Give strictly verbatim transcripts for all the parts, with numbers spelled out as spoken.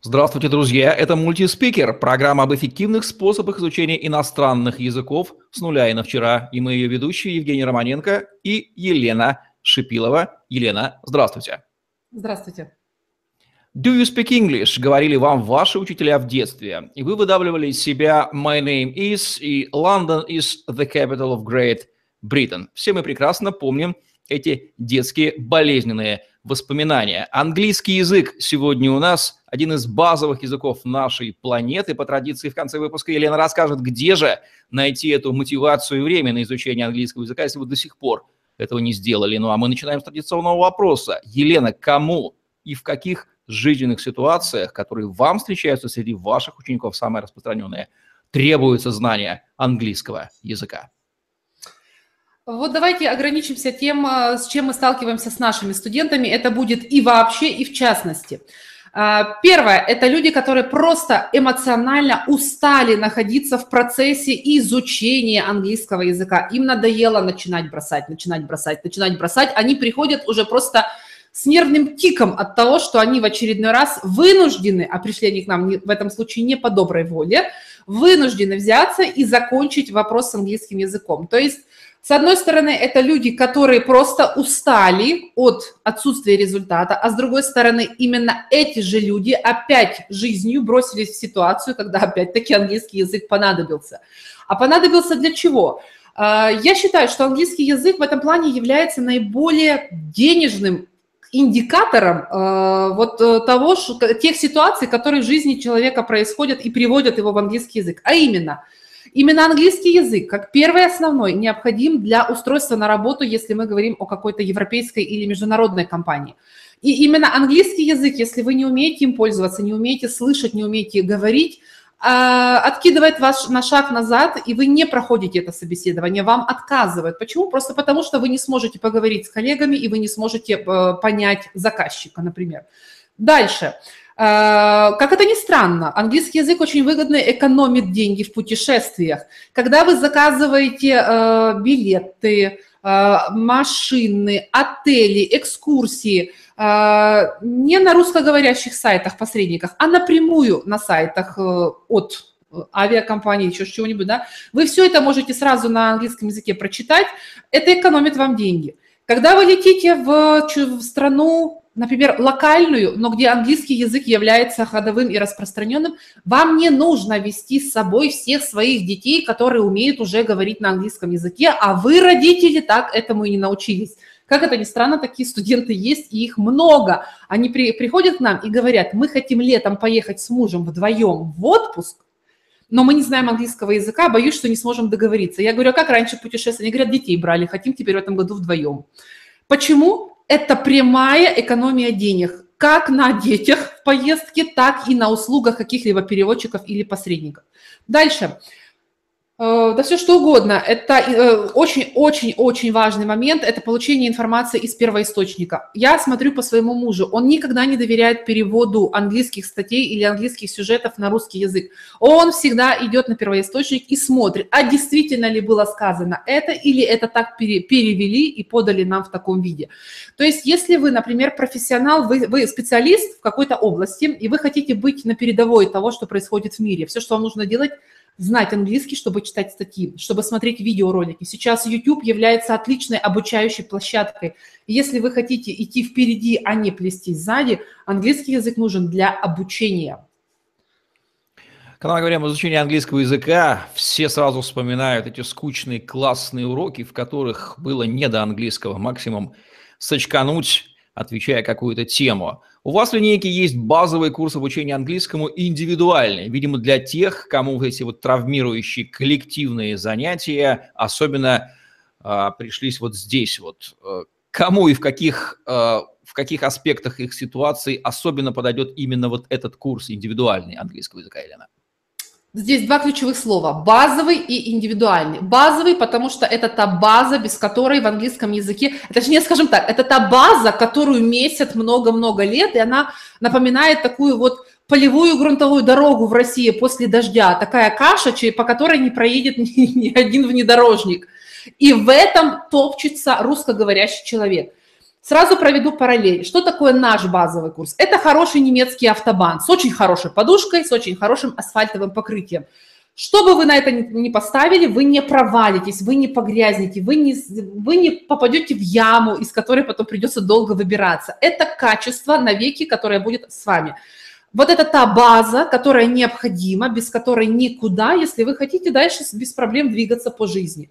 Здравствуйте, друзья! Это «Мультиспикер», программа об эффективных способах изучения иностранных языков с нуля и на вчера. И мы ее ведущие Евгений Романенко и Елена Шипилова. Елена, здравствуйте! Здравствуйте! Do you speak English? Говорили вам ваши учителя в детстве, и вы выдавливали из себя My name is и London is the capital of Great Britain. Все мы прекрасно помним эти детские болезненные воспоминания. Английский язык сегодня у нас один из базовых языков нашей планеты. По традиции в конце выпуска Елена расскажет, где же найти эту мотивацию и время на изучение английского языка, если вы до сих пор этого не сделали. Ну а мы начинаем с традиционного вопроса. Елена, кому и в каких жизненных ситуациях, которые вам встречаются среди ваших учеников, самые распространенные, требуется знание английского языка? Вот давайте ограничимся тем, с чем мы сталкиваемся с нашими студентами. Это будет и вообще, и в частности. Первое – это люди, которые просто эмоционально устали находиться в процессе изучения английского языка. Им надоело начинать бросать, начинать бросать, начинать бросать. Они приходят уже просто с нервным тиком от того, что они в очередной раз вынуждены, а пришли они к нам в этом случае не по доброй воле, вынуждены взяться и закончить вопрос с английским языком. То есть, с одной стороны, это люди, которые просто устали от отсутствия результата, а с другой стороны, именно эти же люди опять жизнью бросились в ситуацию, когда опять-таки английский язык понадобился. А понадобился для чего? Я считаю, что английский язык в этом плане является наиболее денежным индикатором э, вот того, что, тех ситуаций, которые в жизни человека происходят и приводят его в английский язык. А именно, именно английский язык, как первый основной, необходим для устройства на работу, если мы говорим о какой-то европейской или международной компании. И именно английский язык, если вы не умеете им пользоваться, не умеете слышать, не умеете говорить, откидывает вас на шаг назад, и вы не проходите это собеседование, вам отказывают. Почему? Просто потому, что вы не сможете поговорить с коллегами, и вы не сможете понять заказчика, например. Дальше. Как это ни странно, английский язык очень выгодно экономит деньги в путешествиях. Когда вы заказываете билеты, машины, отели, экскурсии, не на русскоговорящих сайтах, посредниках, а напрямую на сайтах от авиакомпании, еще чего-нибудь, да, вы все это можете сразу на английском языке прочитать, это экономит вам деньги. Когда вы летите в, в страну, например, локальную, но где английский язык является ходовым и распространенным, вам не нужно вести с собой всех своих детей, которые умеют уже говорить на английском языке, а вы, родители, так этому и не научились. Как это ни странно, такие студенты есть, и их много. Они при, приходят к нам и говорят: мы хотим летом поехать с мужем вдвоем в отпуск, но мы не знаем английского языка, боюсь, что не сможем договориться. Я говорю: а как раньше путешествовали? Они говорят: детей брали, хотим теперь в этом году вдвоем. Почему? Это прямая экономия денег, как на детях в поездке, так и на услугах каких-либо переводчиков или посредников. Дальше. Да все что угодно. Это очень-очень-очень важный момент. Это получение информации из первоисточника. Я смотрю по своему мужу. Он никогда не доверяет переводу английских статей или английских сюжетов на русский язык. Он всегда идет на первоисточник и смотрит, а действительно ли было сказано это, или это так перевели и подали нам в таком виде. То есть если вы, например, профессионал, вы, вы специалист в какой-то области, и вы хотите быть на передовой того, что происходит в мире, все, что вам нужно делать, знать английский, чтобы читать статьи, чтобы смотреть видеоролики. Сейчас YouTube является отличной обучающей площадкой. Если вы хотите идти впереди, а не плестись сзади, английский язык нужен для обучения. Когда мы говорим о изучении английского языка, все сразу вспоминают эти скучные классные уроки, в которых было не до английского, максимум сочкануть, отвечая какую-то тему. У вас в линейке есть базовый курс обучения английскому индивидуальный, видимо, для тех, кому эти вот травмирующие коллективные занятия особенно э, пришлись вот здесь вот. Кому и в каких, э, в каких аспектах их ситуации особенно подойдет именно вот этот курс индивидуальный английского языка, Елена? Здесь два ключевых слова – базовый и индивидуальный. Базовый, потому что это та база, без которой в английском языке, точнее, скажем так, это та база, которую месят много-много лет, и она напоминает такую вот полевую грунтовую дорогу в России после дождя, такая каша, по которой не проедет ни, ни один внедорожник. И в этом топчется русскоговорящий человек. Сразу проведу параллель. Что такое наш базовый курс? Это хороший немецкий автобан с очень хорошей подушкой, с очень хорошим асфальтовым покрытием. Что бы вы на это ни поставили, вы не провалитесь, вы не погрязнете, вы не, вы не попадете в яму, из которой потом придется долго выбираться. Это качество навеки, которое будет с вами. Вот это та база, которая необходима, без которой никуда, если вы хотите дальше без проблем двигаться по жизни.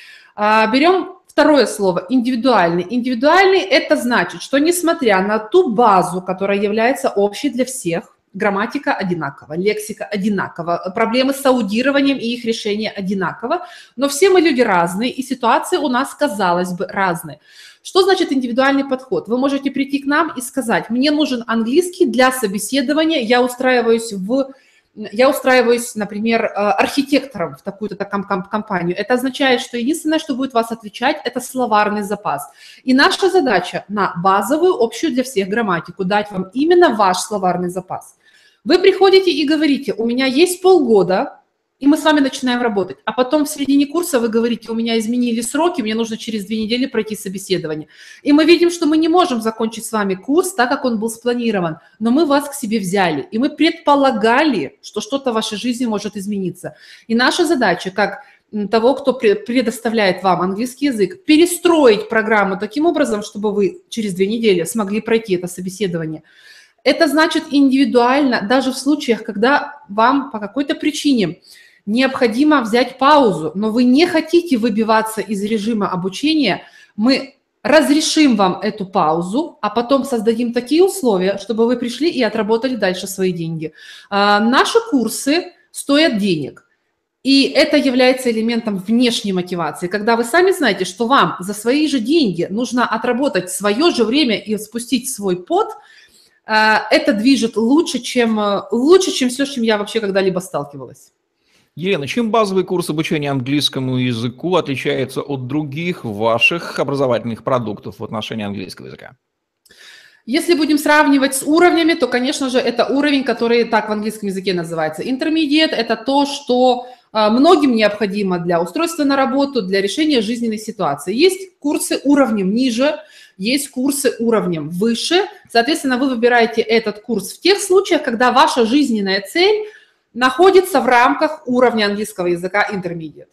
Берем второе слово – индивидуальный. Индивидуальный – это значит, что несмотря на ту базу, которая является общей для всех, грамматика одинакова, лексика одинакова, проблемы с аудированием и их решение одинаково, но все мы люди разные, и ситуации у нас, казалось бы, разные. Что значит индивидуальный подход? Вы можете прийти к нам и сказать: мне нужен английский для собеседования, я устраиваюсь в... Я устраиваюсь, например, архитектором в такую-то компанию. Это означает, что единственное, что будет вас отвечать, это словарный запас. И наша задача на базовую, общую для всех грамматику дать вам именно ваш словарный запас. Вы приходите и говорите: у меня есть полгода, и мы с вами начинаем работать. А потом в середине курса вы говорите: у меня изменили сроки, мне нужно через две недели пройти собеседование. И мы видим, что мы не можем закончить с вами курс так, как он был спланирован, но мы вас к себе взяли, и мы предполагали, что что-то в вашей жизни может измениться. И наша задача, как того, кто предоставляет вам английский язык, перестроить программу таким образом, чтобы вы через две недели смогли пройти это собеседование. Это значит индивидуально, даже в случаях, когда вам по какой-то причине необходимо взять паузу, но вы не хотите выбиваться из режима обучения, мы разрешим вам эту паузу, а потом создадим такие условия, чтобы вы пришли и отработали дальше свои деньги. А, наши курсы стоят денег, и это является элементом внешней мотивации, когда вы сами знаете, что вам за свои же деньги нужно отработать свое же время и спустить свой пот. Это движет лучше, чем, лучше, чем все, с чем я вообще когда-либо сталкивалась. Елена, чем базовый курс обучения английскому языку отличается от других ваших образовательных продуктов в отношении английского языка? Если будем сравнивать с уровнями, то, конечно же, это уровень, который так в английском языке называется. Intermediate – это то, что многим необходимо для устройства на работу, для решения жизненной ситуации. Есть курсы уровнем ниже, есть курсы уровнем выше. Соответственно, вы выбираете этот курс в тех случаях, когда ваша жизненная цель находится в рамках уровня английского языка Intermediate.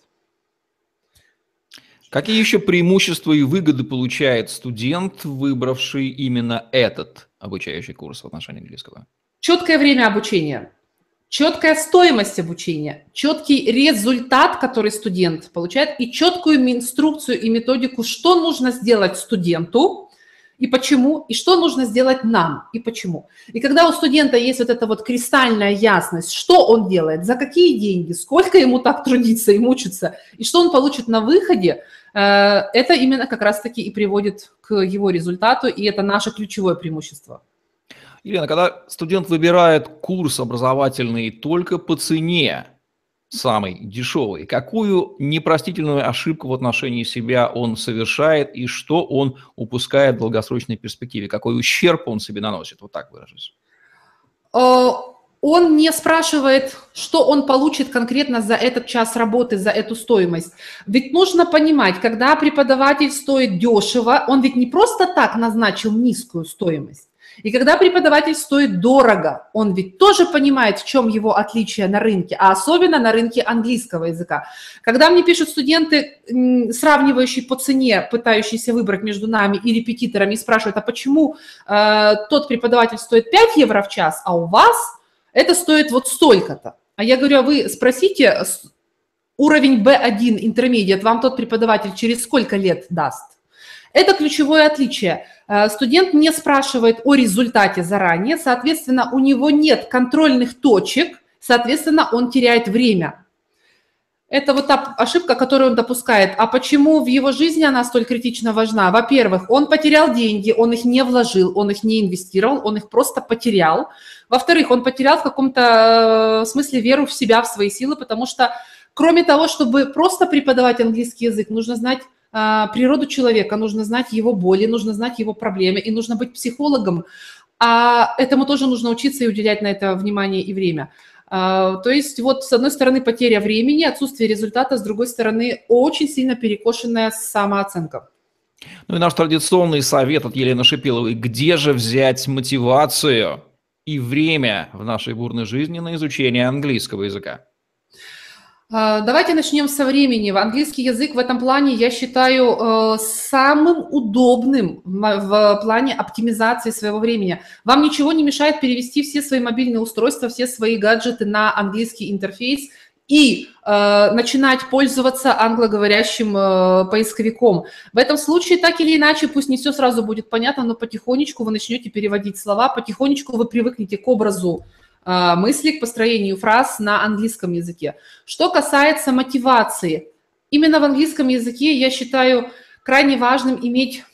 Какие еще преимущества и выгоды получает студент, выбравший именно этот обучающий курс в отношении английского? Четкое время обучения, четкая стоимость обучения, четкий результат, который студент получает, и четкую инструкцию и методику, что нужно сделать студенту и почему, и что нужно сделать нам и почему. И когда у студента есть вот эта вот кристальная ясность, что он делает, за какие деньги, сколько ему так трудиться и мучиться, и что он получит на выходе, это именно как раз-таки и приводит к его результату, и это наше ключевое преимущество. Елена, когда студент выбирает курс образовательный только по цене, самый дешевый, какую непростительную ошибку в отношении себя он совершает и что он упускает в долгосрочной перспективе, какой ущерб он себе наносит, вот так выражусь? Он не спрашивает, что он получит конкретно за этот час работы, за эту стоимость. Ведь нужно понимать, когда преподаватель стоит дешево, он ведь не просто так назначил низкую стоимость. И когда преподаватель стоит дорого, он ведь тоже понимает, в чем его отличие на рынке, а особенно на рынке английского языка. Когда мне пишут студенты, сравнивающие по цене, пытающиеся выбрать между нами и репетиторами, и спрашивают: а почему э, тот преподаватель стоит пять евро в час, а у вас это стоит вот столько-то? А я говорю: а вы спросите, уровень би один Intermediate вам тот преподаватель через сколько лет даст? Это ключевое отличие. Студент не спрашивает о результате заранее, соответственно, у него нет контрольных точек, соответственно, он теряет время. Это вот та ошибка, которую он допускает. А почему в его жизни она столь критично важна? Во-первых, он потерял деньги, он их не вложил, он их не инвестировал, он их просто потерял. Во-вторых, он потерял в каком-то смысле веру в себя, в свои силы, потому что кроме того, чтобы просто преподавать английский язык, нужно знать природу человека, нужно знать его боли, нужно знать его проблемы, и нужно быть психологом. А этому тоже нужно учиться и уделять на это внимание и время. То есть вот с одной стороны потеря времени, отсутствие результата, с другой стороны очень сильно перекошенная самооценка. Ну и наш традиционный совет от Елены Шипиловой. Где же взять мотивацию и время в нашей бурной жизни на изучение английского языка? А, Давайте начнем со времени. Английский язык в этом плане я считаю э, самым удобным в мо- в плане оптимизации своего времени. Вам ничего не мешает перевести все свои мобильные устройства, все свои гаджеты на английский интерфейс и э, начинать пользоваться англоговорящим э, поисковиком. В этом случае, так или иначе, пусть не все сразу будет понятно, но потихонечку вы начнете переводить слова, потихонечку вы привыкнете к образу э, мысли, к построению фраз на английском языке. Что касается мотивации, именно в английском языке я считаю крайне важным иметь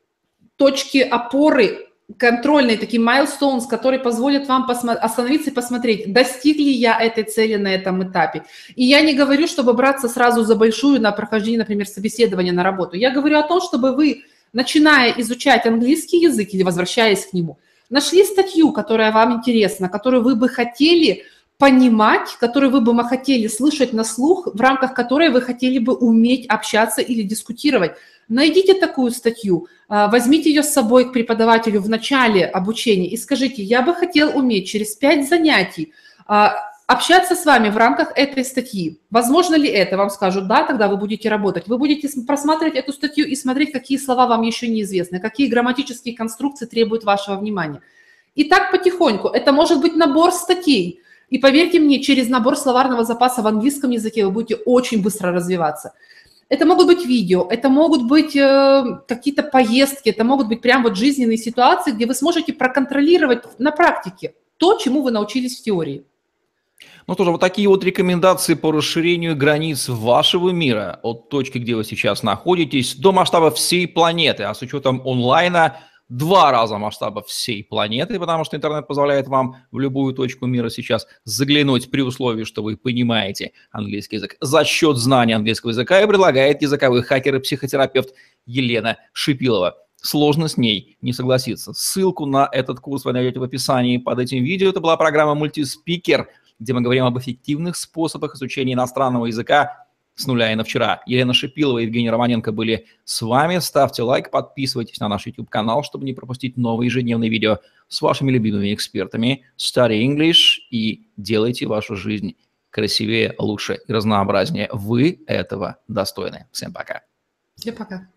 точки опоры, контрольные, такие milestones, которые позволят вам посмо- остановиться и посмотреть, достиг ли я этой цели на этом этапе. И я не говорю, чтобы браться сразу за большую на прохождение, например, собеседования на работу. Я говорю о том, чтобы вы, начиная изучать английский язык или возвращаясь к нему, нашли статью, которая вам интересна, которую вы бы хотели понимать, которую вы бы хотели слышать на слух, в рамках которой вы хотели бы уметь общаться или дискутировать. Найдите такую статью, а, возьмите ее с собой к преподавателю в начале обучения и скажите: я бы хотел уметь через пять занятий а, общаться с вами в рамках этой статьи. Возможно ли это? Вам скажут: да, тогда вы будете работать. Вы будете с- просматривать эту статью и смотреть, какие слова вам еще неизвестны, какие грамматические конструкции требуют вашего внимания. И так потихоньку. Это может быть набор статей. И поверьте мне, через набор словарного запаса в английском языке вы будете очень быстро развиваться. Это могут быть видео, это могут быть э, какие-то поездки, это могут быть прям вот жизненные ситуации, где вы сможете проконтролировать на практике то, чему вы научились в теории. Ну что же, вот такие вот рекомендации по расширению границ вашего мира от точки, где вы сейчас находитесь, до масштаба всей планеты, а с учетом онлайна два раза масштаба всей планеты, потому что интернет позволяет вам в любую точку мира сейчас заглянуть при условии, что вы понимаете английский язык за счет знания английского языка, и предлагает языковой хакер и психотерапевт Елена Шипилова. Сложно с ней не согласиться. Ссылку на этот курс вы найдете в описании под этим видео. Это была программа «Мультиспикер», где мы говорим об эффективных способах изучения иностранного языка с нуля и на вчера. Елена Шипилова и Евгений Романенко были с вами. Ставьте лайк, подписывайтесь на наш YouTube-канал, чтобы не пропустить новые ежедневные видео с вашими любимыми экспертами. Study English и делайте вашу жизнь красивее, лучше и разнообразнее. Вы этого достойны. Всем пока. Всем пока.